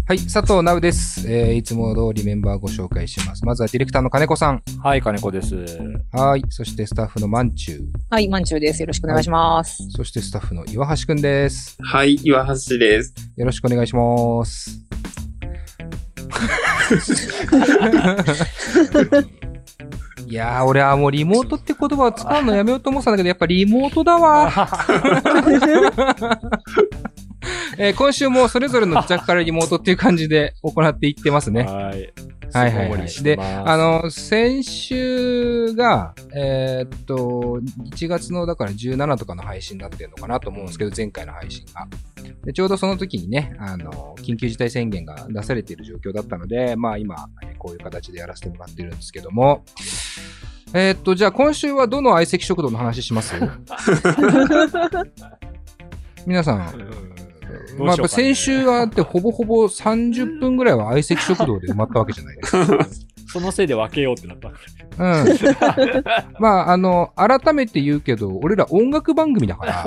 はい、佐藤直です。いつも通りメンバーご紹介します。まずはディレクターの金子さん。 はい、金子です。 はい。そしてスタッフのまんちゅう。 はい、まんちゅうです。よろしくお願いします。 そしてスタッフの岩橋くんです。 はい、岩橋です。 よろしくお願いします。いやー、俺はもうリモートって言葉を使うのやめようと思ってたんだけど、やっぱリモートだわ。今週もそれぞれの自宅からリモートっていう感じで行っていってますね。 はい。 はいはいはい。で、先週が、1月のだから17とかの配信になってるのかなと思うんですけど、前回の配信が。で、ちょうどその時にね、緊急事態宣言が出されている状況だったので、まあ今、こういう形でやらせてもらってるんですけども、じゃあ今週はどの相席食堂の話します皆さん。まあ、先週はあってほぼほぼ30分ぐらいは相席食堂で埋まったわけじゃないですか。 そのせいで分けようってなった。 うん。まあ、改めて言うけど、俺ら音楽番組だから、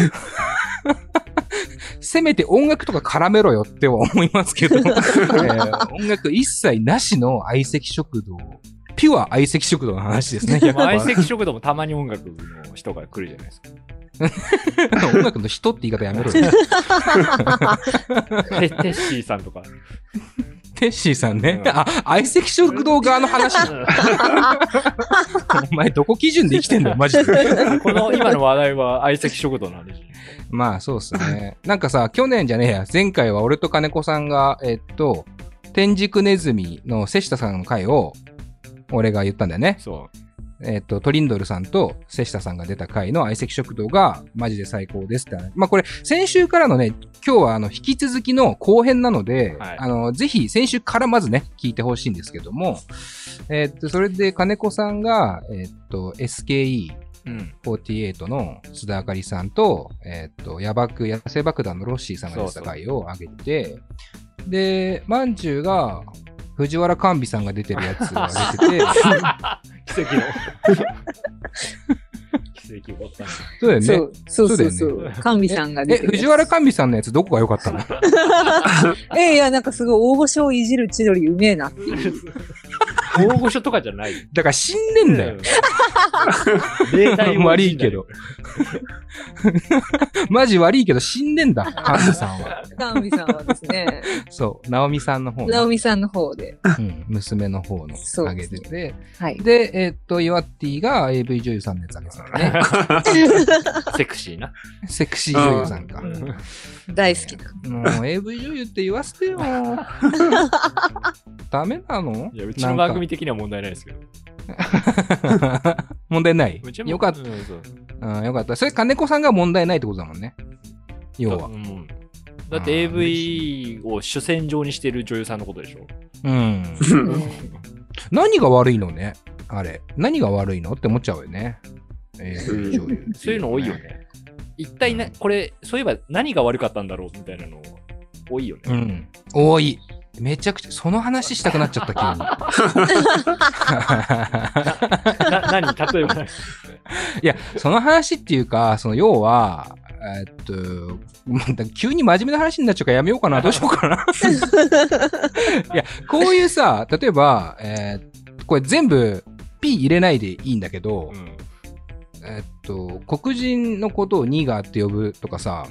せめて音楽とか絡めろよっては思いますけど、音楽一切なしの相席食堂。ピュア相席食堂の話ですね。 相席食堂もたまに音楽の人が来るじゃないですか。 音楽の人って言い方やめろよ。テッシーさんとか。 テッシーさんね。あ、相席食堂側の話。お前どこ基準で生きてんだよ、マジで。 この今の話題は相席食堂の話。 まあそうっすね。なんかさ、去年じゃねえや。前回は俺と金子さんが、天竺ネズミの瀬下さんの回を、俺が言ったんだよね。 そう。 トリンドルさんと瀬下さんが出た回の相席食堂がマジで最高ですって。まあこれ先週からのね、今日は引き続きの後編なので、はい、ぜひ先週からまずね、聞いてほしいんですけども、それで金子さんが、SKE48 の津田あかりさんと、野生爆弾のロッシーさんが出た回を上げて、で、まんじゅうが、藤原甘美さんが出てるやつを上げてて、 奇跡の。奇跡起こったね。 そうだよね。そう。甘美さんが出てる。 藤原甘美さんのやつどこが良かったのいや、なんかすごい大御所をいじる千鳥うめえなっていう。 大御所とかじゃない。 だから死んでんだよ。 霊体悪いけど。マジ悪いけど死んでんだ、甘美さんは。 甘美さんはですね。 そう、直美さんの方。 直美さんの方で。 うん、娘の方の上げてて。 はい。 で、ヨアッティが AV 女優さんのやつあげてたね。 セクシーな。 セクシー女優さんか。 大好きな。 もう AV 女優って言わせてよ。ダメなの？ いや、うちの番組的には問題ないですけど。 問題ない？よかった。よかった。それ金子さんが問題ないってことだもんね。要は。 だって AV を主戦場にしてる女優さんのことでしょ。 うん。何が悪いのね、あれ。何が悪いのって思っちゃうよね。AV 女優。 そういうの多いよね。一体これ、そういえば何が悪かったんだろうみたいなの多いよね。 うん。多い。めちゃくちゃ、その話したくなっちゃった、急に。何例えば。 いや、その話っていうか、要は、急に真面目な話になっちゃうからやめようかな、どうしようかな。いや、こういうさ、例えば、これ全部 P 入れないでいいんだけど、黒人のことをニガーって呼ぶとかさ、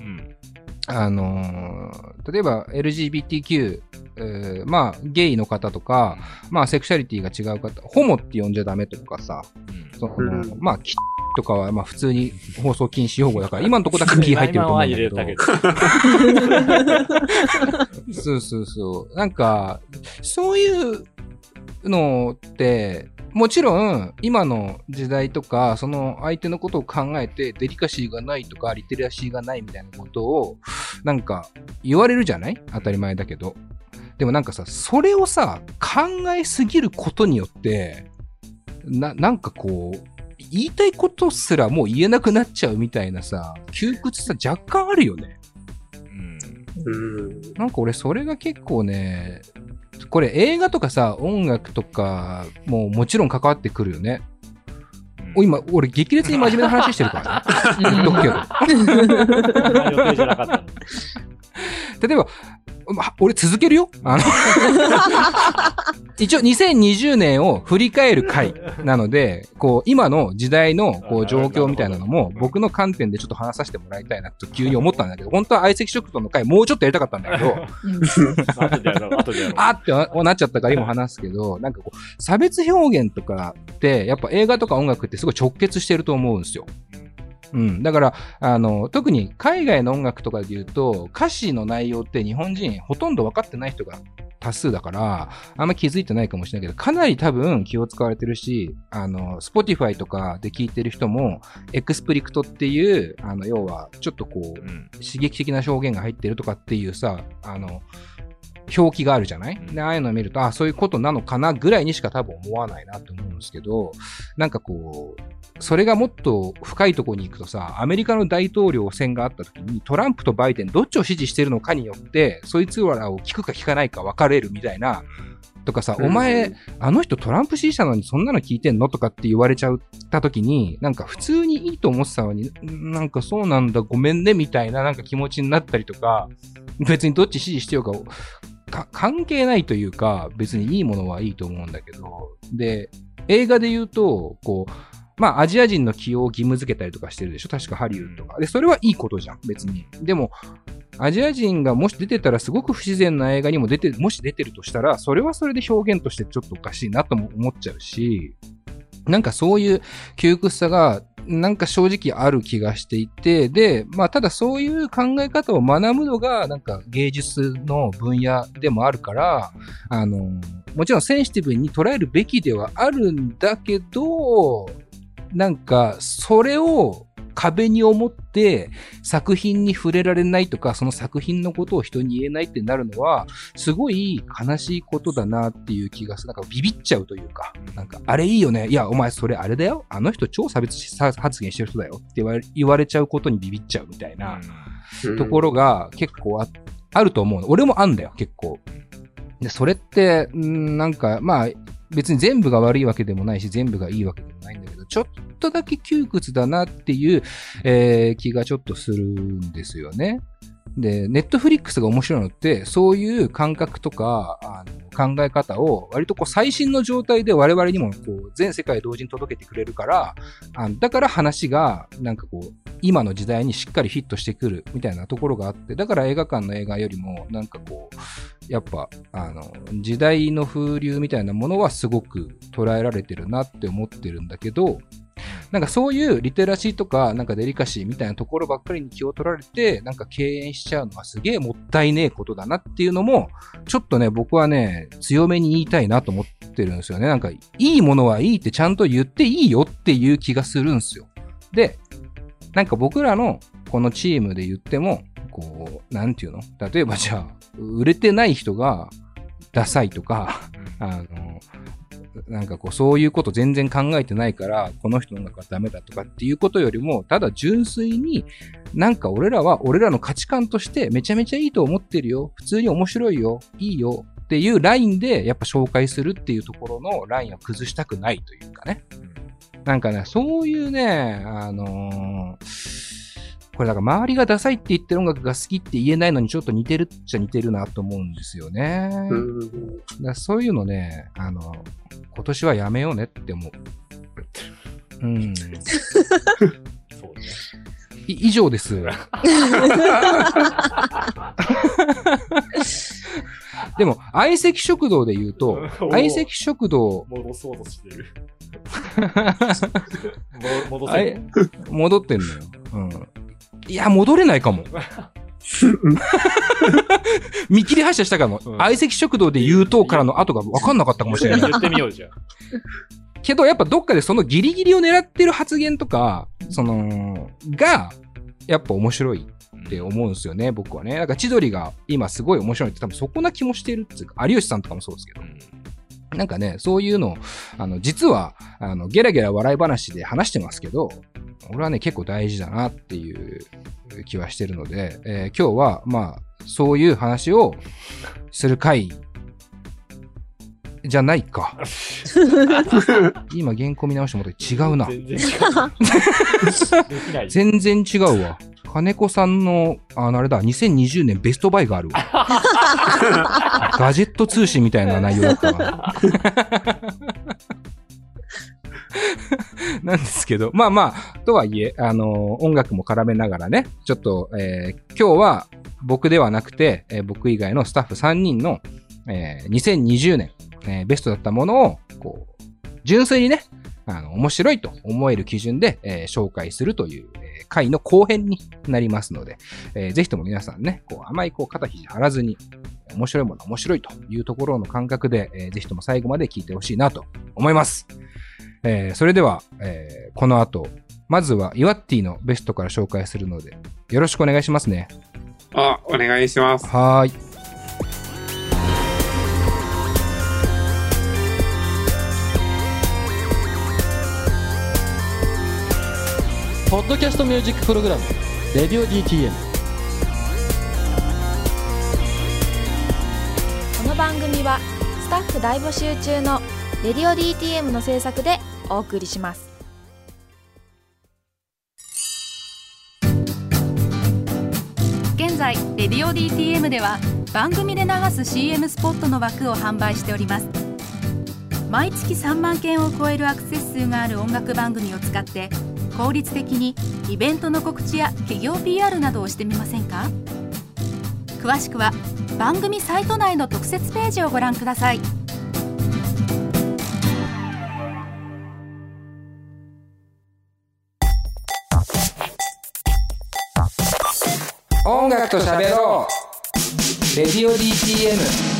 例えば LGBTQ、まあ、ゲイの方とか、まあ、セクシャリティが違う方、ホモって呼んじゃダメとかさ、まあ、とかは、まあ、普通に放送禁止用語だから、今のとこだけ P 入ってると思うんだけど。そう。なんか、そういうのって、もちろん、今の時代とか、その相手のことを考えて、デリカシーがないとか、リテラシーがないみたいなことを、なんか、言われるじゃない？当たり前だけど。でもなんかさ、それをさ、考えすぎることによって、なんかこう、言いたいことすらもう言えなくなっちゃうみたいなさ、窮屈さ若干あるよね。なんか俺それが結構ね、これ映画とかさ、音楽とかもちろん関わってくるよね。今、俺激烈に真面目な話してるからね。言っとくけど。 予定じゃなかった。 例えば、 俺続けるよ。一応2020年を振り返る回なので、こう、今の時代のこう状況みたいなのも、僕の観点でちょっと話させてもらいたいなと急に思ったんだけど、本当は相席食堂の回もうちょっとやりたかったんだけど、 後でやろう、後でやろう。 あってなっちゃったから今話すけど、なんかこう、差別表現とかって、やっぱ映画とか音楽ってすごい直結してると思うんですよ。うん。だから、特に海外の音楽とかで言うと、歌詞の内容って日本人ほとんど分かってない人が多数だから、あんま気づいてないかもしれないけど、かなり多分気を使われてるし、Spotify とかで聞いてる人も、エクスプリクトっていう、要は、ちょっとこう、刺激的な表現が入ってるとかっていうさ、表記があるじゃない？で、ああいうのを見ると、そういうことなのかなぐらいにしか多分思わないなと思うんですけど、なんかこう、それがもっと深いところに行くとさ、アメリカの大統領選があった時にトランプとバイデンどっちを支持してるのかによって、そいつらを聞くか聞かないか分かれるみたいな、とかさ、お前、あの人トランプ支持者なのにそんなの聞いてんのとかって言われちゃった時に、なんか普通にいいと思ってたのに、なんかそうなんだ、ごめんね、みたいななんか気持ちになったりとか、別にどっち支持してようか、関係ないというか、別にいいものはいいと思うんだけど、で、映画で言うと、こう、まあ、アジア人の起用を義務付けたりとかしてるでしょ？確かハリウッドが。で、それはいいことじゃん、別に。でも、アジア人がもし出てたらすごく不自然な映画にももし出てるとしたら、それはそれで表現としてちょっとおかしいなとも思っちゃうし、なんかそういう窮屈さが、なんか正直ある気がしていて、で、まあただそういう考え方を学ぶのがなんか芸術の分野でもあるから、もちろんセンシティブに捉えるべきではあるんだけど、なんかそれを壁に思って作品に触れられないとか、その作品のことを人に言えないってなるのは、すごい悲しいことだなっていう気がする。なんかビビっちゃうというか、なんか、あれいいよね。いや、お前それあれだよ。あの人超差別発言してる人だよって言われちゃうことにビビっちゃうみたいなところが結構あると思う。俺もあんだよ、結構。で、それって、なんか、まあ、別に全部が悪いわけでもないし、全部がいいわけでもないんだけど、ちょっとだけ窮屈だなっていう、気がちょっとするんですよね。で、ネットフリックスが面白いのって、そういう感覚とか、考え方を割とこう最新の状態で我々にもこう全世界同時に届けてくれるから、だから話がなんかこう今の時代にしっかりフィットしてくるみたいなところがあって、だから映画館の映画よりもなんかこうやっぱ時代の風流みたいなものはすごく捉えられてるなって思ってるんだけど、なんかそういうリテラシーとかなんかデリカシーみたいなところばっかりに気を取られてなんか敬遠しちゃうのはすげえもったいねえことだなっていうのもちょっとね僕はね強めに言いたいなと思ってるんですよね。なんかいいものはいいってちゃんと言っていいよっていう気がするんですよ。で、なんか僕らのこのチームで言ってもこうなんていうの、例えばじゃあ売れてない人がダサいとかなんかこうそういうこと全然考えてないからこの人の音楽はダメだとかっていうことよりも、ただ純粋になんか俺らは俺らの価値観としてめちゃめちゃいいと思ってるよ、普通に面白いよ、いいよっていうラインでやっぱ紹介するっていうところのラインを崩したくないというかね、なんかねそういうねこれだから周りがダサいって言ってる音楽が好きって言えないのにちょっと似てるっちゃ似てるなと思うんですよね。だからそういうのね今年はやめようねって思う。うん。そうね。以上です。でも相席食堂で言うと相席食堂戻そうとしてる。 戻ってんのよ。うん。いや戻れないかも。見切り発車したかも、相席食堂で言うとからの後が分かんなかったかもしれない。 言ってみようじゃん。 けどやっぱどっかでそのギリギリを狙ってる発言とかがやっぱ面白いって思うんですよね、僕はね。だから千鳥が今すごい面白いって多分そこな気もしてるっていうか、有吉さんとかもそうですけど、なんかねそういうの実はゲラゲラ笑い話で話してますけど、俺はね結構大事だなっていう気はしてるので、今日はまあそういう話をする回じゃないか。今原稿見直してもらって違うな。 全然違う。できない。 全然違うわ。 金子さんの、あれだ、2020年ベストバイがあるわ。ガジェット通信みたいな内容だったわ。なんですけど、まあまあ、とはいえ、音楽も絡めながらね、ちょっと、今日は僕ではなくて、僕以外のスタッフ3人の、2020年、ベストだったものを、こう、純粋にね、面白いと思える基準で、紹介するという、回の後編になりますので、ぜひとも皆さんね、こう、あまりこう、肩肘張らずに、面白いものは面白いというところの感覚で、ぜひとも最後まで聞いてほしいなと思います。それでは、この後、まずは、イワッティのベストから紹介するので、よろしくお願いしますね。 お願いします。 はーい。 ポッドキャストミュージックプログラム「レディオ DTM」。 この番組はスタッフ大募集中の「レディオ DTM」の制作でお送りします。 現在レディオ DTM では番組で流す CM スポットの枠を販売しております。毎月3万件を超えるアクセス数がある音楽番組を使って効率的にイベントの告知や企業 PR などをしてみませんか？詳しくは番組サイト内の特設ページをご覧ください。 音楽と喋ろう。レディオ DTM。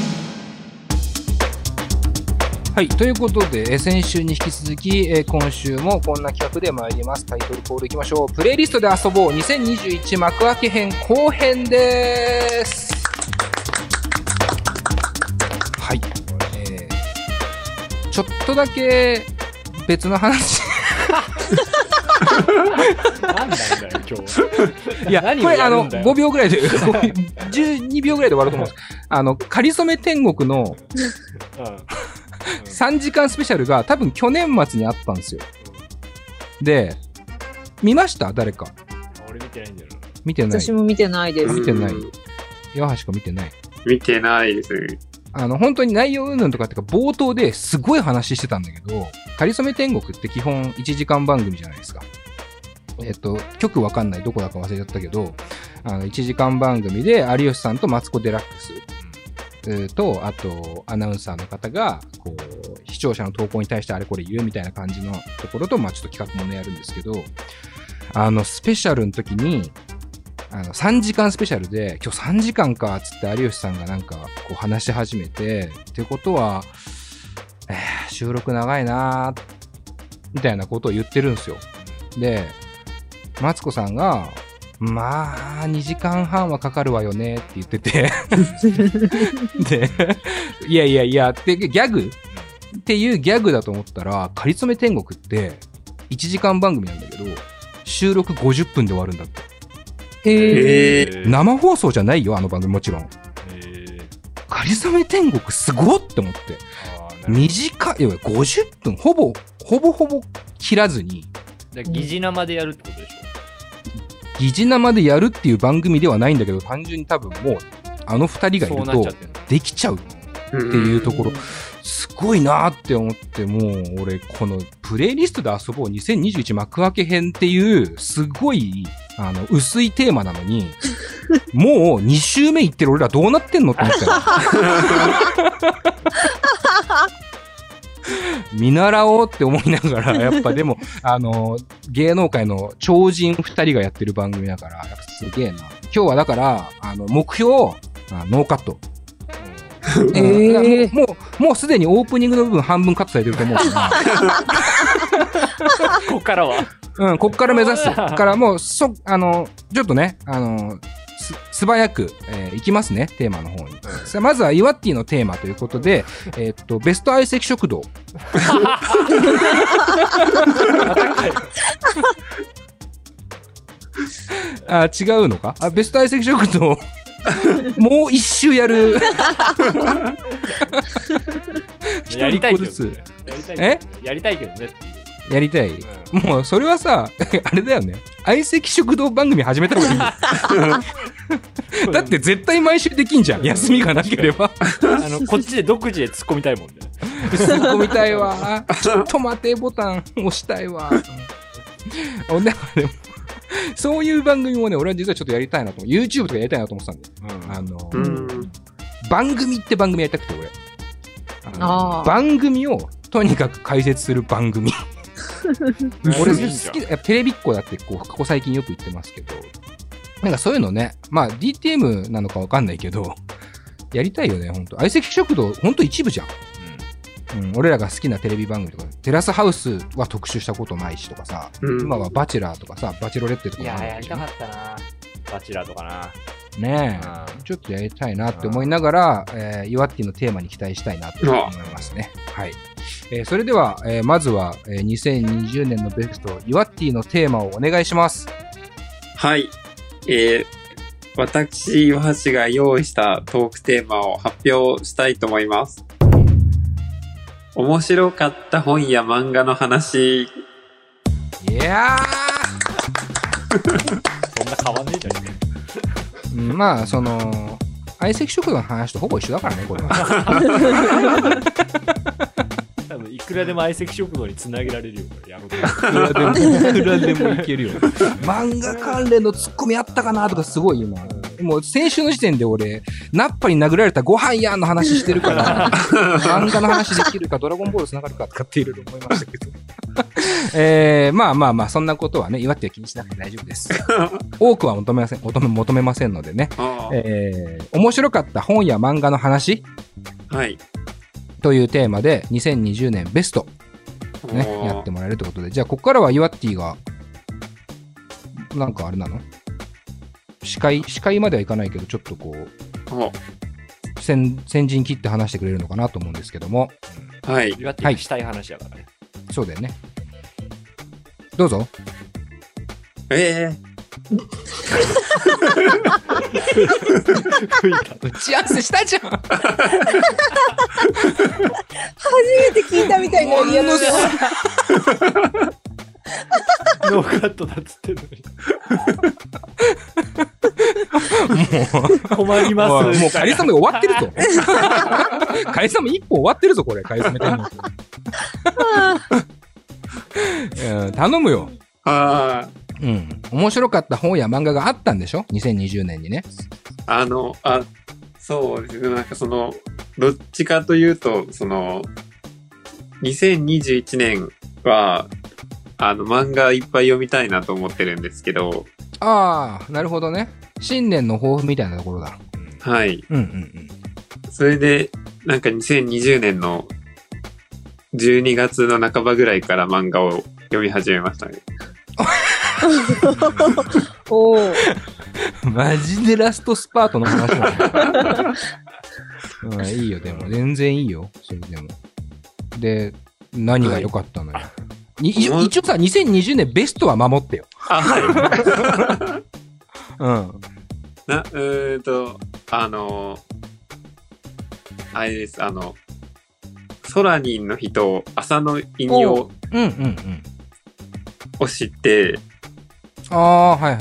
はい、ということで、先週に引き続き、今週もこんな企画で参ります。タイトルコールいきましょう。プレイリストで遊ぼう2021幕開け編後編です。はい、ちょっとだけ別の話。 なんなんだよ今日。 いや、 何これをやるんだよ 5秒ぐらいで12秒ぐらいで終わると思うんです。かりそめ天国の3時間スペシャルが多分去年末にあったんですよ。で、見ました？誰か。 俺見てないんだよな。 見てない。 私も見てないです。 見てない。岩橋か見てない。 見てないですね。 本当に内容云々とかってか冒頭ですごい話してたんだけど、かりそめ天国って基本1時間番組じゃないですか。曲わかんない、どこだか忘れちゃったけど、1時間番組で有吉さんとマツコ・デラックスと、あとアナウンサーの方がこう視聴者の投稿に対してあれこれ言うみたいな感じのところと、まあちょっと企画もねやるんですけど、スペシャルの時に3時間スペシャルで今日3時間かっつって有吉さんがなんかこう話し始めて、ってことは、収録長いなーみたいなことを言ってるんですよ。で、マツコさんがまあ2時間半はかかるわよねって言っててで、いやいやいやってギャグっていうギャグだと思ったら、かりそめ天国って1時間番組なんだけど収録50分で終わるんだって。生放送じゃないよ、あの番組もちろん。かりそめ天国すごって思って。短い、50分ほぼ切らずに。 疑似生でやるってことでしょ？ 疑似生でやるっていう番組ではないんだけど、単純に多分もう2人がいるとできちゃうっていうところ、すごいなーって思って、もう俺このプレイリストで遊ぼう2021幕開け編っていうすごい薄いテーマなのにもう2週目いってる俺らどうなってんのって思ったよ見習おうって思いながら、やっぱでも芸能界の超人2人がやってる番組だから、やっぱすげえな。今日はだから目標ノーカット。もうすでにオープニングの部分半分カットされてると思うからこっからはこっから目指すからもうちょっとね素早く、いきますね、テーマの方に。まずはイワッティのテーマということで、ベスト相席食堂違うのか。ベスト相席食堂もう一周やるやりたいけどね。やりたいけどねっていう。 やりたい。もうそれはさ、あれだよね。相席食堂番組始めた方がいいよ。だって絶対毎週できんじゃん。休みがなければ。 こっちで独自で突っ込みたいもんね。 突っ込みたいわ。ちょっと待てボタン押したいわ。でもそういう番組もね、俺は実はちょっとやりたいなと思う。YouTube とかやりたいなと思ってたんで。番組って番組やりたくて、俺。番組をとにかく解説する番組。俺好きだ。テレビっ子だってここ最近よく言ってますけど、なんかそういうのね、まあ DTM なのかわかんないけど、やりたいよね、ほんと。相席食堂、ほんと一部じゃん。俺らが好きなテレビ番組とか、テラスハウスは特集したことないしとかさ、今はバチェラーとかさ、バチェロレッテとかもある。 いや、やりたかったな。バチェラーとかな。 ねえ、ちょっとやりたいなって思いながら、ユワッティのテーマに期待したいなと思いますね。はい。それでは、まずは、2020年のベスト、ユワッティのテーマをお願いします。 はい。私、岩橋が用意したトークテーマを発表したいと思います。面白かった本や漫画の話。 いやそんな変わんねえじゃん。 まあ、相席食堂の話とほぼ一緒だからね、これは。 多分いくらでも相席食堂につなげられるよ、これやろうと。 いくらでもいけるよ。漫画関連のツッコミあったかなとかすごい今。もう先週の時点で俺、ナッパに殴られたご飯やんの話してるから、漫画の話できるか、ドラゴンボールつながるかとかっていろいろ思いましたけど。まあ、そんなことはね、岩手は気にしなくて大丈夫です。多くは求めませんのでね。面白かった本や漫画の話。 はい。 というテーマで、2020年ベスト、ね、やってもらえるということで、じゃあ、ここからは岩手が、なんかあれなの？司会まではいかないけど、ちょっとこう、先陣切って話してくれるのかなと思うんですけども。 はい。 岩手がしたい話やからね。 そうだよね。どうぞ。 吹いた。 打ち合わせしたじゃん。初めて聞いたみたいなリアクション。 ノーカットだっつってんのに。もう困ります。 もうカリスマ終わってるぞ。カリスマ一本終わってるぞ、これ。カリスマ天国。頼むよ。面白かった本や漫画があったんでしょ ?2020 年にね。 そうですね。なんかどっちかというと、2021年は、漫画いっぱい読みたいなと思ってるんですけど。 ああ、なるほどね。新年の抱負みたいなところだ。 はい。それで、なんか2020年の12月の半ばぐらいから漫画を読み始めましたね。 おー。 マジでラストスパートの話だね。いいよ、でも。全然いいよ。それでも。で、何が良かったのよ。一応さ、2020年ベストは守ってよ。 はい。あれです。ソラニンの人、浅野稲夫を知って、 はい。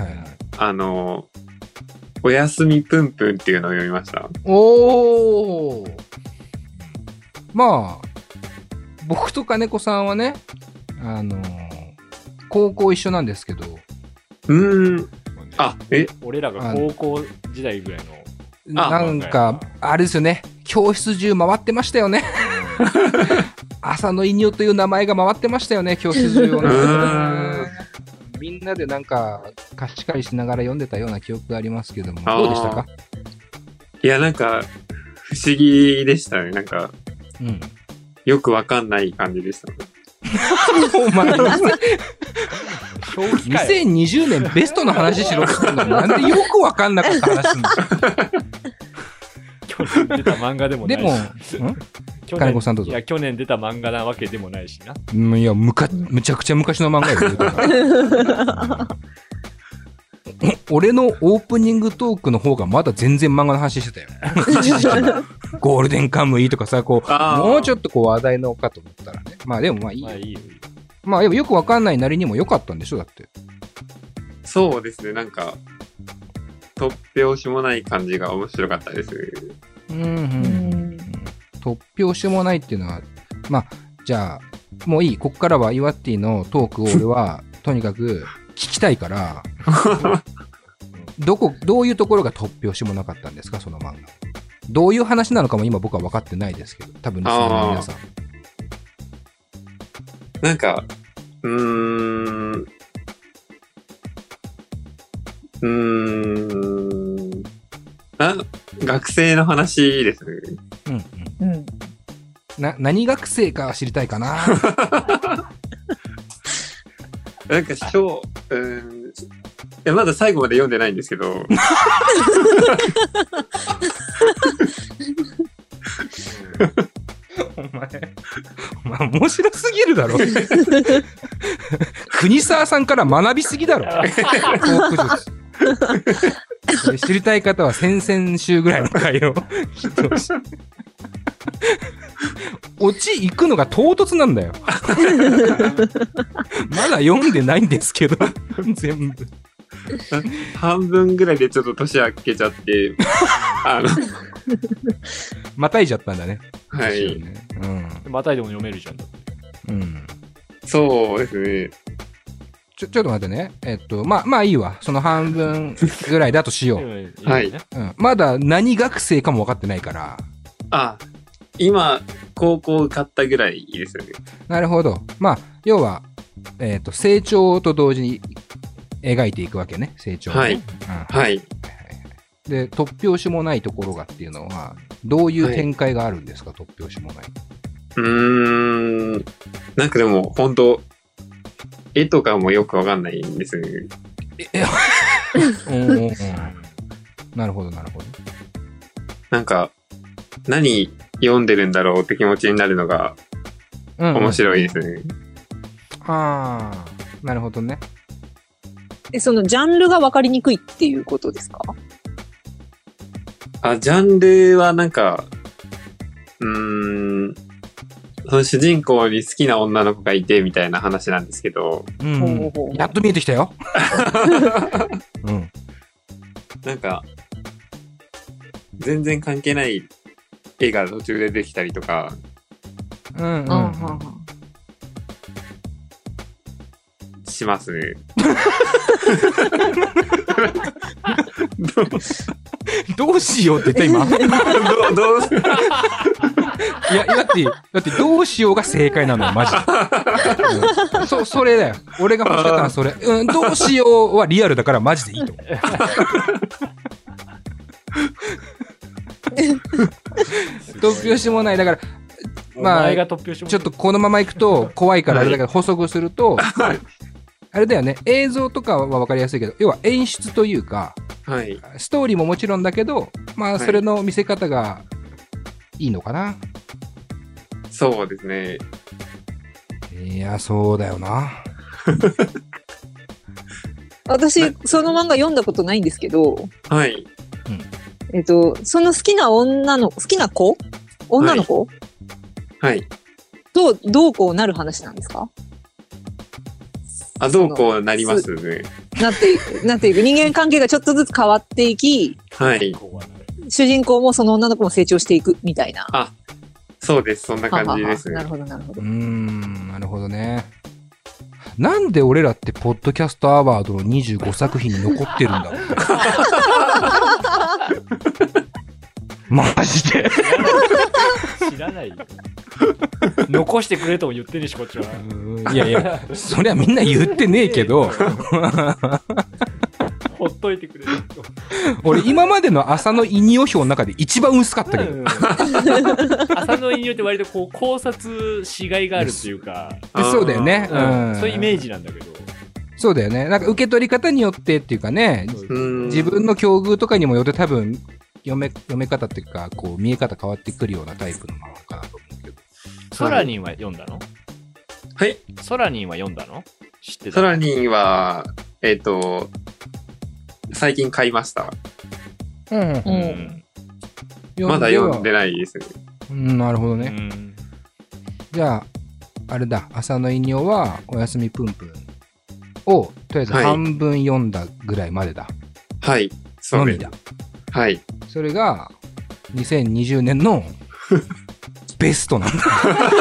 おやすみぷんぷんっていうのを読みました。 おー。まあ、僕と金子さんはね、高校一緒なんですけど。 俺らが高校時代ぐらいの。 なんか、あれですよね。教室中回ってましたよね。浅野稲夫という名前が回ってましたよね、教室中をね。みんなでなんか貸し借りしながら読んでたような記憶がありますけども、どうでしたか？ いや、なんか、不思議でしたね。なんか、よくわかんない感じでした。 お前、2020年ベストの話しろって言ったのに、なんでよくわかんなかった話すんの？ 去年出た漫画でもないし。 でも、金子さんどうぞ。 いや、去年出た漫画なわけでもないしな。 いや、むちゃくちゃ昔の漫画よ。俺のオープニングトークの方がまだ全然漫画の話してたよ。ゴールデンカムイとかさ、こう、もうちょっとこう話題のかと思ったらね。まあでもまあいいよ。 まあよくわかんないなりにも良かったんでしょだって。 そうですね、なんか、突拍子もない感じが面白かったです。 突拍子もないっていうのは、まあ、じゃあ、もういい。こっからはイワッティのトークを俺は、とにかく聞きたいから、どういうところが突拍子もなかったんですか、その漫画。どういう話なのかも今僕は分かってないですけど、多分リスナーの皆さん。 なんか、学生の話ですね。 何学生か知りたいかな。 なんかまだ最後まで読んでないんですけど。 お前面白すぎるだろ。国沢さんから学びすぎだろ。知りたい方は先々週ぐらいの回を聞いてほしい。オチ行くのが唐突なんだよ。まだ読んでないんですけど、全部。 半分ぐらいでちょっと年明けちゃって、 またいじゃったんだね。 はい。 またいでも読めるじゃん。 そうですね。 ちょっと待ってね。まあいいわ。その半分ぐらいだとしよう。 はい。 まだ何学生かも分かってないから。 今、高校受かったぐらいですよね。 なるほど。まあ、要は、成長と同時に描いていくわけね。成長、ね。 はい。はい。 で、突拍子もないところがっていうのは、どういう展開があるんですか、突拍子もない。 なんかでも、本当絵とかもよくわかんないんですね。 なるほど、なるほど。 なんか、何読んでるんだろうって気持ちになるのが面白いですね。 なるほどね。 そのジャンルが分かりにくいっていうことですか？ ジャンルはなんか、その主人公に好きな女の子がいてみたいな話なんですけど。 やっと見えてきたよ。 なんか、全然関係ない絵が途中でできたりとか。しますね。 どうしようって言った今。いや、だってどうしようが正解なのよ、マジで。それだよ。俺が欲しかったのはそれ。どうしようはリアルだからマジでいいと思う。突拍子もない。だから、まあ、ちょっとこのままいくと怖いからあれだけど、補足すると、あれだよね、映像とかは分かりやすいけど、要は演出というか、ストーリーももちろんだけど、まあ、それの見せ方がいいのかな。 そうですね。 いや、そうだよな。 私、その漫画読んだことないんですけど、 はい。 その好きな子女の子はい。 どうこうなる話なんですか？ どうこうなりますね。 なっていく。人間関係がちょっとずつ変わっていき、 はい。 主人公もその女の子も成長していくみたいな。 そうです。そんな感じですね。 なるほど、なるほど。 なるほどね。なんで俺らってポッドキャストアワードの25作品に残ってるんだろう。マジで。 知らないよ。残してくれとも言ってねえし、こっちは。 いや、そりゃみんな言ってねえけど。 ほっといてくれる。 俺、今までの浅野イニオ票の中で一番薄かったけど。 浅野イニオって割とこう考察しがいがあるっていうか。 そうだよね。 そういうイメージなんだけど。 そうだよね。なんか受け取り方によってっていうかね、自分の境遇とかにもよって多分、読め方っていうか、こう見え方変わってくるようなタイプの漫画かなと思うけど。 ソラニンは読んだの？ はい。 ソラニンは読んだの？知ってた？ ソラニンは、最近買いました。 まだ読んでないですね。 なるほどね。じゃあ、 あれだ、浅野稲夫はおやすみぷんぷんをとりあえず半分読んだぐらいまでだ。 はい。そうです。 のみだ。 はい。 それが2020年のベストなんだ。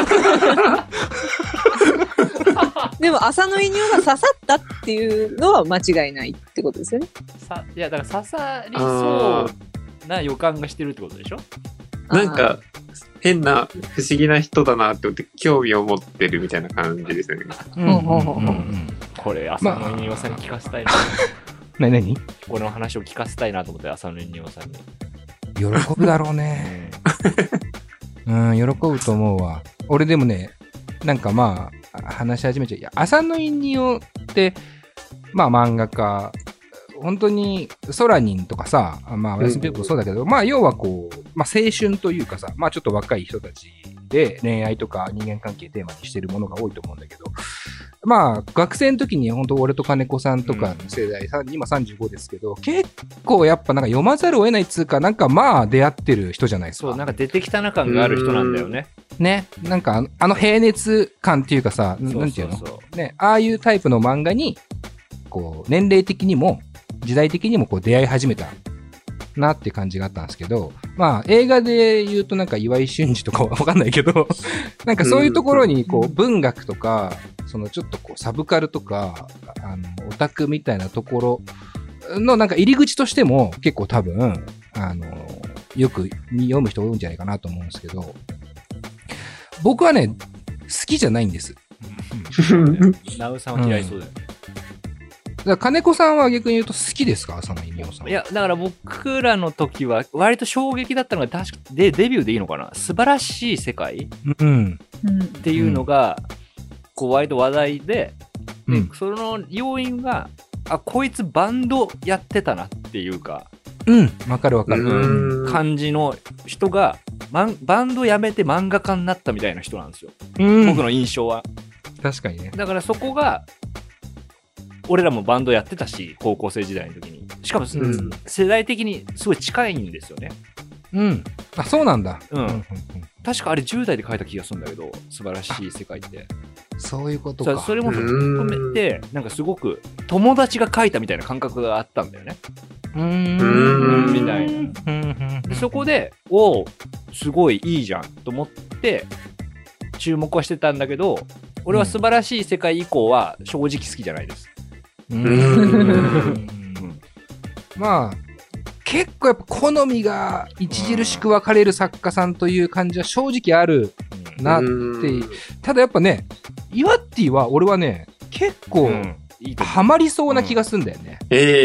でも浅野稲夫が刺さったっていうのは間違いないってことですよね。 いやだから刺さりそうな予感がしてるってことでしょ。 なんか変な不思議な人だなって思って興味を持ってるみたいな感じですよね。 これ浅野稲夫さんに聞かせたいな。 何この話を聞かせたいなと思って浅野稲夫さんに。 喜ぶだろうね。喜ぶと思うわ。俺でもね、なんかまあ話し始めちゃう。いや、浅野稲夫ってまあ漫画家、本当にソラニンとかさ、まあおやすみぷんぷんもそうだけど、まあ要はこう、まあ青春というかさ、まあちょっと若い人たちで恋愛とか人間関係テーマにしてるものが多いと思うんだけど、まあ学生の時に本当俺と金子さんとかの世代、今35ですけど、結構やっぱなんか読まざるを得ないっつうか、なんかまあ出会ってる人じゃないですか。 そう、なんか出てきたな感がある人なんだよね。 ね、なんかあの平熱感っていうかさ、なんていうのね、ああいうタイプの漫画に、こう年齢的にも時代的にもこう出会い始めたなっていう感じがあったんですけど、まあ映画で言うとなんか岩井俊二とかはわかんないけど、なんかそういうところにこう文学とか、そのちょっとこうサブカルとか、オタクみたいなところのなんか入り口としても結構多分、よく読む人多いんじゃないかなと思うんですけど、僕はね、好きじゃないんです。 ナウさんは嫌いそうだよね。 だから金子さんは逆に言うと好きですか、浅野稲夫さん。 いや、だから僕らの時は割と衝撃だったのが確かデビューでいいのかな、素晴らしい世界、っていうのが、こう割と話題で、その要因が、こいつバンドやってたなっていうか、 わかるわかる。 感じの人が、バンドやめて漫画家になったみたいな人なんですよ。僕の印象は。 確かにね。 だからそこが、俺らもバンドやってたし、高校生時代の時に。しかも、世代的にすごい近いんですよね。 あ、そうなんだ。 確かあれ10代で書いた気がするんだけど、素晴らしい世界って。 そういうことか。 それも含めて、なんかすごく友達が書いたみたいな感覚があったんだよね。みたいな。でそこで、すごいいいじゃんと思って、注目はしてたんだけど、俺は素晴らしい世界以降は正直好きじゃないです。 まあ結構やっぱ好みが著しく分かれる作家さんという感じは正直あるなって。ただやっぱね、イワッティは俺はね結構ハマりそうな気がするんだよね。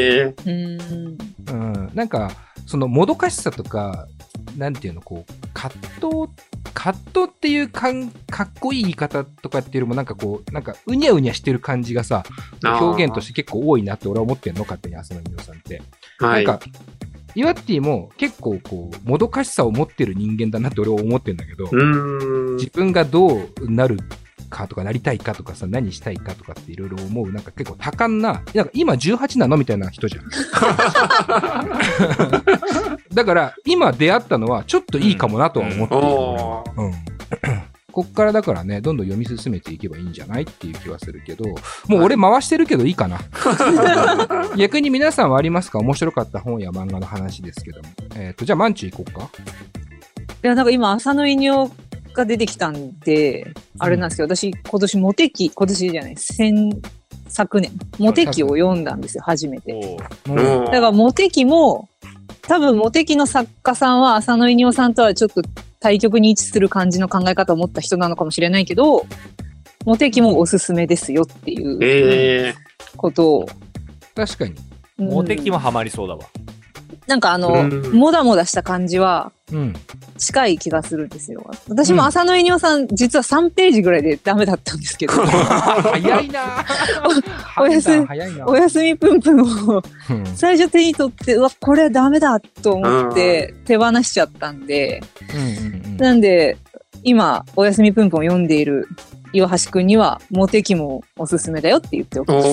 なんかそのもどかしさとか、なんていうの、こう葛藤っていうかっこいい言い方とかっていうよりも、なんかこう、なんかうにゃうにゃしてる感じがさ、表現として結構多いなって俺は思ってんの、勝手に浅野稲夫さんって。なんか、イワッティも結構こう、もどかしさを持ってる人間だなって俺は思ってんだけど、自分がどうなるかとかなりたいかとかさ、何したいかとかっていろいろ思う、なんか結構多感な、なんか今18なのみたいな人じゃん。だから今出会ったのはちょっといいかもなとは思っている。こっからだからね、どんどん読み進めていけばいいんじゃないっていう気はするけど、もう俺回してるけどいいかな。逆に皆さんはありますか？面白かった本や漫画の話ですけども。じゃあマンチ行こうか。 いや、なんか今浅野稲夫が出てきたんで、あれなんですけど、私今年昨年モテ期を読んだんですよ、初めて。だからモテ期も多分モテ期の作家さんは浅野稲夫さんとはちょっと対極に位置する感じの考え方を持った人なのかもしれないけど、モテ期もおすすめですよっていうことを。 確かに。 モテ期もハマりそうだわ。 なんかもだもだした感じは近い気がするんですよ。私も浅野稲夫さん、実は3ページぐらいでダメだったんですけど。 早いなおやすみぷんぷんを最初手に取って、うわ、これダメだと思って手放しちゃったんで、なんで、今、おやすみぷんぷんを読んでいる岩橋くんには、モテ期もおすすめだよって言っておきます。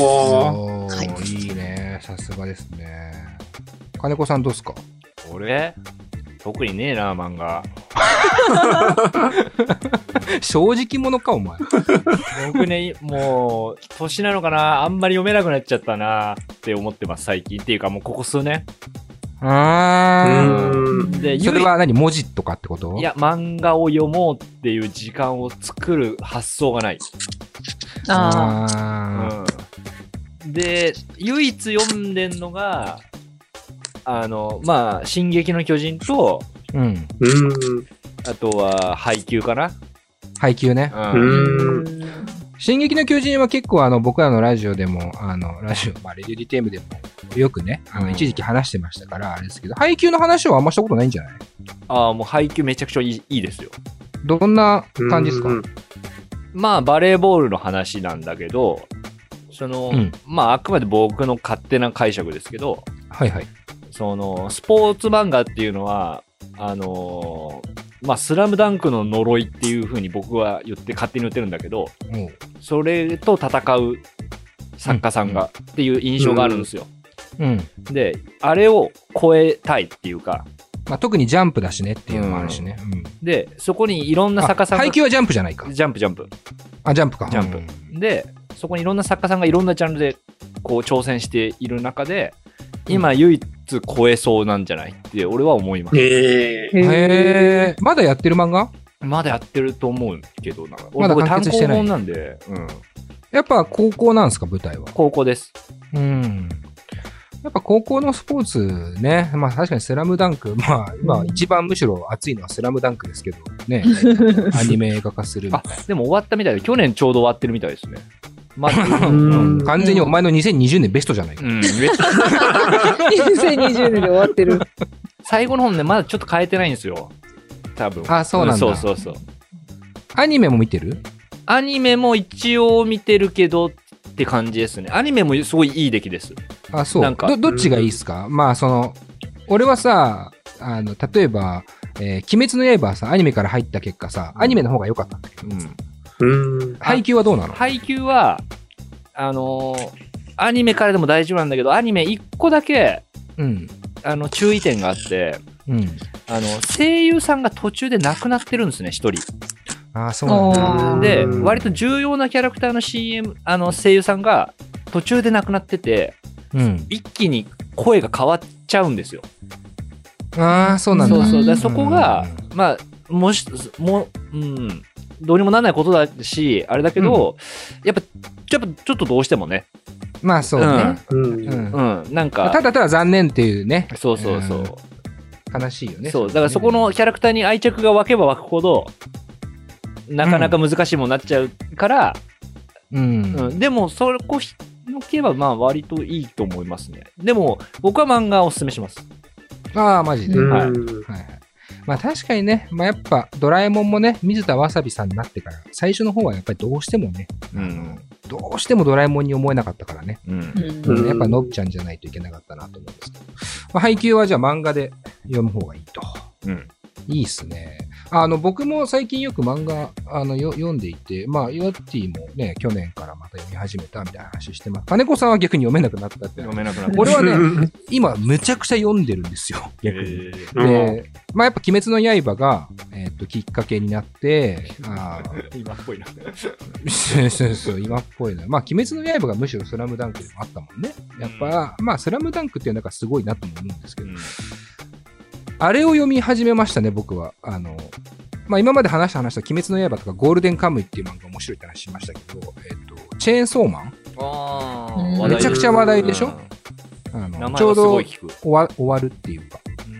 いいね。さすがですね。金子さんどうすか？ 俺特にねえな、漫画。 正直者か、お前。 僕ね、もう、年なのかな、あんまり読めなくなっちゃったなって思ってます、最近。っていうか、もうここ数年。 で、それは何、文字とかってこと？ いや、漫画を読もうっていう時間を作る発想がない。で、唯一読んでんのが、まあ、進撃の巨人と、あとは、配給かな。 配給ね。進撃の巨人は結構僕らのラジオでも、レディリテームでもよくね、一時期話してましたから、あれですけど、配給の話はあんましたことないんじゃない？ もう配給めちゃくちゃいいですよ。 どんな感じですか？ まあ、バレーボールの話なんだけど、まあ、あくまで僕の勝手な解釈ですけど、 はいはい。 スポーツ漫画っていうのは、まあ、スラムダンクの呪いっていう風に僕は勝手に言ってるんだけど、それと戦う作家さんがっていう印象があるんですよ。で、あれを超えたいっていうか、 まあ、特にジャンプだしねっていうのもあるしね。 で、そこにいろんな作家さんが。 配給はジャンプじゃないか。 ジャンプ。 ジャンプか。 ジャンプ。で、そこにいろんな作家さんがいろんなジャンルでこう挑戦している中で、今唯一超えそうなんじゃないって俺は思います。 まだやってる漫画？ まだやってると思うけどな。 まだ完結してない。 単行本なんで。 やっぱ高校なんですか、舞台は？ 高校です。 やっぱ高校のスポーツね、まあ確かにスラムダンク、まあ今一番むしろ熱いのはスラムダンクですけどね、アニメ映画化するみたいな。 でも終わったみたいで、去年ちょうど終わってるみたいですね。 完全にお前の2020年ベストじゃないか。 2020年で終わってる。 最後の本ね、まだちょっと変えてないんですよ。多分。 そうなんだ。 そう。 アニメも見てる？ アニメも一応見てるけどって感じですね。アニメもすごいいい出来です。 そう。どっちがいいっすか？まあ俺はさ、例えば、鬼滅の刃はさ、アニメから入った結果さ、アニメの方が良かったんだけど。配給はどうなの？ 配給は、アニメからでも大丈夫なんだけど、アニメ1個だけ、注意点があって、声優さんが途中で亡くなってるんですね、一人。 そうなんだ。 で、割と重要なキャラクターの CM、声優さんが途中で亡くなってて、一気に声が変わっちゃうんですよ。 そうなんだ。 そう。そこが、まあ、どうにもならないことだし、あれだけど、やっぱちょっとどうしてもね。 まあそうね。 なんか。 ただ残念っていうね。 そう。 悲しいよね。 そう。だからそこのキャラクターに愛着が湧けば湧くほど、なかなか難しいものになっちゃうから、でもそこのけばまあ割といいと思いますね。でも僕は漫画をおすすめします。 マジで。はい。まあ確かにね、まあやっぱドラえもんもね、水田わさびさんになってから、最初の方はやっぱりどうしてもね、どうしてもドラえもんに思えなかったからね。やっぱのぶちゃんじゃないといけなかったなと思うんですけど。まあ、配給はじゃあ漫画で読む方がいいと。いいっすね。僕も最近よく漫画読んでいて、まあヨッティもね、去年からまた読み始めたみたいな話してます。金子さんは逆に読めなくなったって。 読めなくなった。 俺はね、今むちゃくちゃ読んでるんですよ。逆に。で、まあやっぱ鬼滅の刃がきっかけになって、 今っぽいな。 そう、今っぽいな。まあ鬼滅の刃がむしろスラムダンクでもあったもんね。やっぱ、まあスラムダンクっていうのがすごいなと思うんですけど。あれを読み始めましたね、僕は。まあ、今まで話した鬼滅の刃とかゴールデンカムイっていう漫画面白いって話しましたけど、チェーンソーマンめちゃくちゃ話題でしょ？ちょうど終わるっていうか。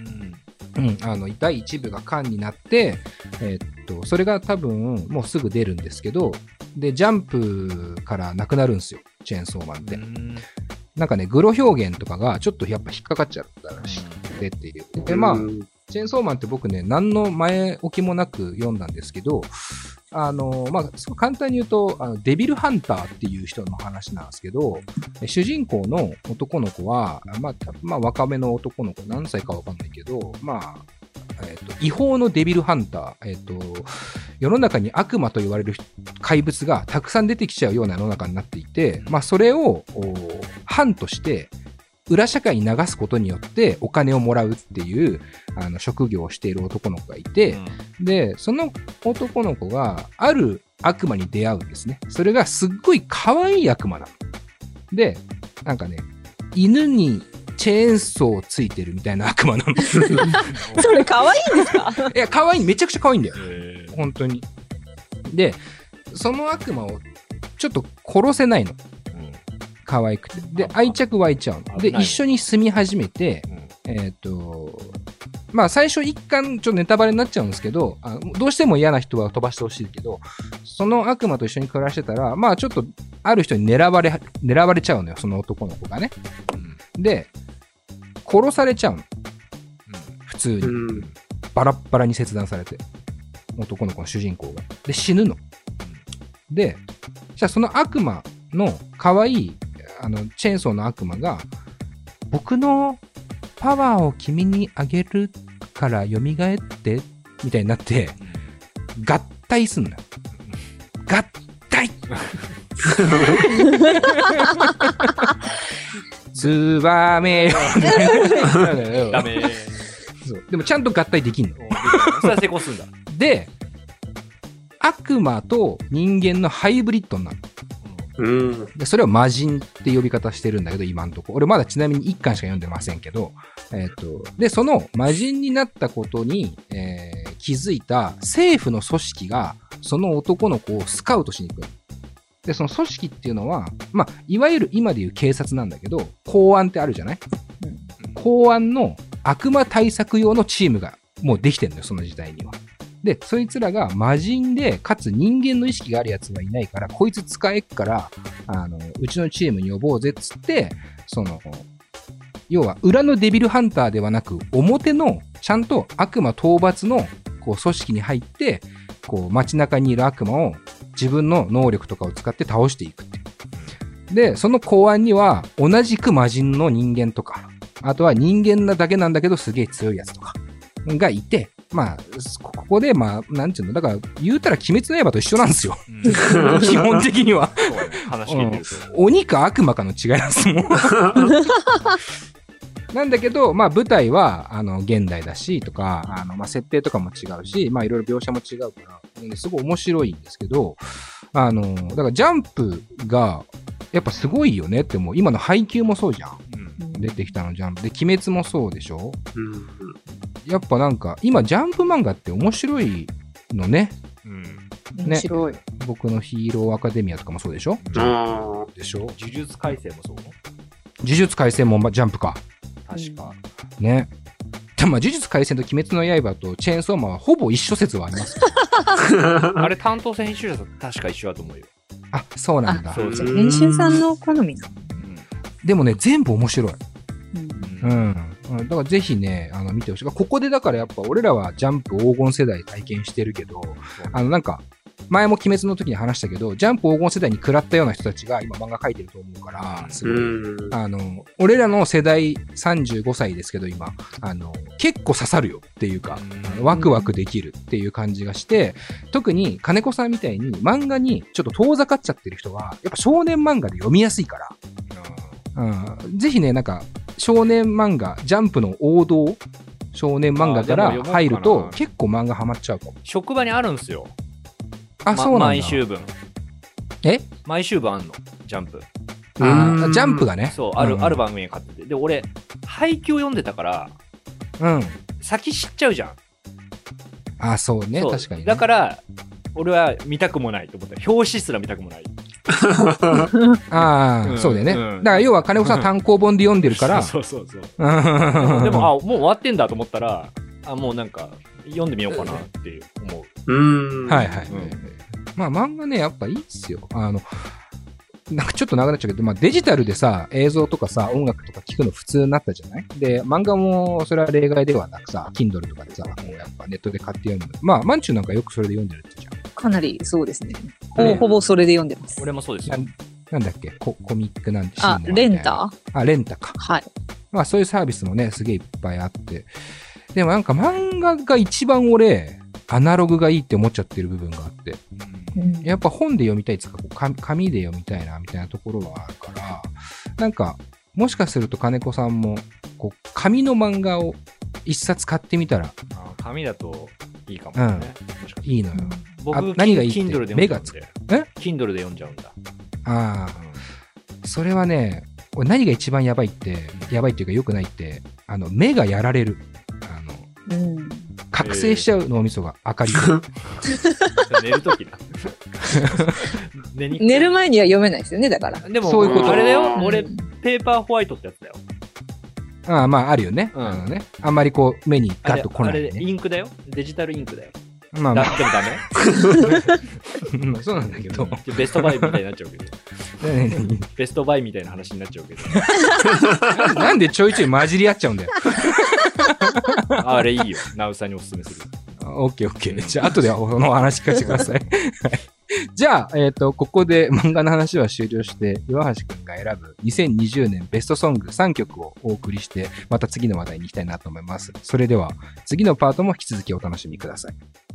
第1部が巻になって、それが多分もうすぐ出るんですけど、で、ジャンプからなくなるんですよ、チェーンソーマンって。なんかね、グロ表現とかがちょっとやっぱ引っかかっちゃったらしくてっていう。で、まあ、チェーンソーマンって僕ね、何の前置きもなく読んだんですけど、まあ、すごい簡単に言うと、デビルハンターっていう人の話なんですけど、主人公の男の子は、まあ、若めの男の子、何歳かわかんないけど、まあ、違法のデビルハンター、世の中に悪魔と言われる怪物がたくさん出てきちゃうような世の中になっていて、まあ、それを、犯として、 裏社会に流すことによってお金をもらうっていう職業をしている男の子がいて、で、その男の子がある悪魔に出会うんですね。それがすっごい可愛い悪魔なの。で、なんかね、犬にチェーンソーついてるみたいな悪魔なの。 それ可愛いんですか？ いや、可愛い、めちゃくちゃ可愛いんだよ。本当に。で、その悪魔をちょっと殺せないの。可愛くて。で、愛着湧いちゃうの。で、一緒に住み始めて、まあ最初一巻ちょっとネタバレになっちゃうんですけど、どうしても嫌な人は飛ばしてほしいけど、その悪魔と一緒に暮らしてたら、まあちょっとある人に狙われちゃうのよ、その男の子がね。で、殺されちゃうの。普通に。バラッバラに切断されて。男の子の主人公が。で、死ぬの。で、じゃあその悪魔の可愛いチェーンソーの悪魔が、僕のパワーを君にあげるから蘇ってみたいになって合体すんのよ。合体ツバメよダメそうでもちゃんと合体できんの。 それは成功するんだ。 で、悪魔と人間のハイブリッドになる。でそれを魔人って呼び方してるんだけど、今んとこ俺まだちなみに1巻しか読んでませんけど、でその魔人になったことに、気づいた政府の組織がその男の子をスカウトしに行く。でその組織っていうのは、まあいわゆる今でいう警察なんだけど、公安ってあるじゃない？公安の悪魔対策用のチームがもうできてるんだよ、その時代には。で、そいつらが魔人で、かつ人間の意識があるやつはいないから、こいつ使えっから、うちのチームに呼ぼうぜっつって、要は裏のデビルハンターではなく、表のちゃんと悪魔討伐のこう組織に入って、こう街中にいる悪魔を自分の能力とかを使って倒していくっていう。で、その公安には同じく魔人の人間とか、あとは人間なだけなんだけどすげえ強いやつとかがいて、まあ、ここで、まあ、なんていうの、だから、言うたら鬼滅の刃と一緒なんですよ。基本的には。 話聞いてると。 鬼か悪魔かの違いなんですもん。なんだけど、まあ、舞台は、現代だし、とか、まあ、設定とかも違うし、まあ、いろいろ描写も違うから、すごい面白いんですけど、だからジャンプが、やっぱすごいよねって思う。今の配給もそうじゃん。出てきたのジャンプで、鬼滅もそうでしょ。やっぱなんか今ジャンプ漫画って面白いのね。 面白い。 僕のヒーローアカデミアとかもそうでしょ。でしょ。 呪術廻戦もそう？ 呪術廻戦もジャンプか。 確か。 ね。でも呪術廻戦と鬼滅の刃とチェーンソーマンはほぼ一緒説はあります。 あれ担当編集者と確か一緒だと思うよ。 あ、そうなんだ。 そう編集さんの好みなの。 でもね、全部面白い。だからぜひね、見てほしい。ここでだからやっぱ俺らはジャンプ黄金世代体験してるけど、なんか、前も鬼滅の時に話したけど、ジャンプ黄金世代に食らったような人たちが今漫画描いてると思うから、すごい。俺らの世代35歳ですけど今、結構刺さるよっていうか、ワクワクできるっていう感じがして、特に金子さんみたいに漫画にちょっと遠ざかっちゃってる人は、やっぱ少年漫画で読みやすいから、ぜひね、なんか、少年漫画、ジャンプの王道少年漫画から入ると結構漫画ハマっちゃうかも。 職場にあるんすよ。 あ、そうなんだ。 毎週分。毎週分あんのジャンプ。 ジャンプがね。 そう、ある番組に買ってて。で、俺、配給読んでたから、先知っちゃうじゃん。 あ、そうね、確かに、ね。 だから、俺は見たくもないと思った。表紙すら見たくもない。 そうだよね。だから要は金子さん単行本で読んでるから。 そう。でも、もう終わってんだと思ったら、もうなんか、読んでみようかなって思う。 はい。まあ漫画ね、やっぱいいっすよ。なんかちょっと長くなっちゃうけど、まあデジタルでさ、映像とかさ、音楽とか聞くの普通になったじゃない？で、漫画もそれは例外ではなくさ、Kindle とかでさ、もうやっぱネットで買って読む。まあ、マンチュなんかよくそれで読んでるってじゃん。 かなりそうですね。ほぼそれで読んでます。 俺もそうですよ。 なんだっけコミックなんて。 レンタレンタか。 はい。 まあそういうサービスもね、すげえいっぱいあって。でもなんか漫画が一番俺、アナログがいいって思っちゃってる部分があって。やっぱ本で読みたいっていうか、紙で読みたいな、みたいなところはあるから、なんか、 もしかすると金子さんもこう紙の漫画を一冊買ってみたら、 紙だといいかもね。 いいのよ。 僕何がいいって Kindle で目がつく。 Kindle で読んじゃうんだ。 ああ、それはね、何が一番やばいっていうか良くないって、目がやられる。覚醒しちゃう脳みそが明かり寝るときだ。 寝る前には読めないですよね、だから。 でも、 そういうこと。 あれだよ、俺、ペーパーホワイトってやつだよ。 ああ、まあ、あるよね。あんまりこう、目にガッと来ない、ね。 あれ、インクだよ。デジタルインクだよ。 まあ、でもダメそうなんだけど。 ベストバイみたいになっちゃうけど。ベストバイみたいな話になっちゃうけど。 なんでちょいちょい混じり合っちゃうんだよ。 あれいいよ。ナウさんにおすすめする。 オッケー。じゃあ、後でその話聞かせてください。じゃあ、ここで漫画の話は終了して、岩橋くんが選ぶ2020年ベストソング3曲をお送りして、また次の話題に行きたいなと思います。それでは、次のパートも引き続きお楽しみください。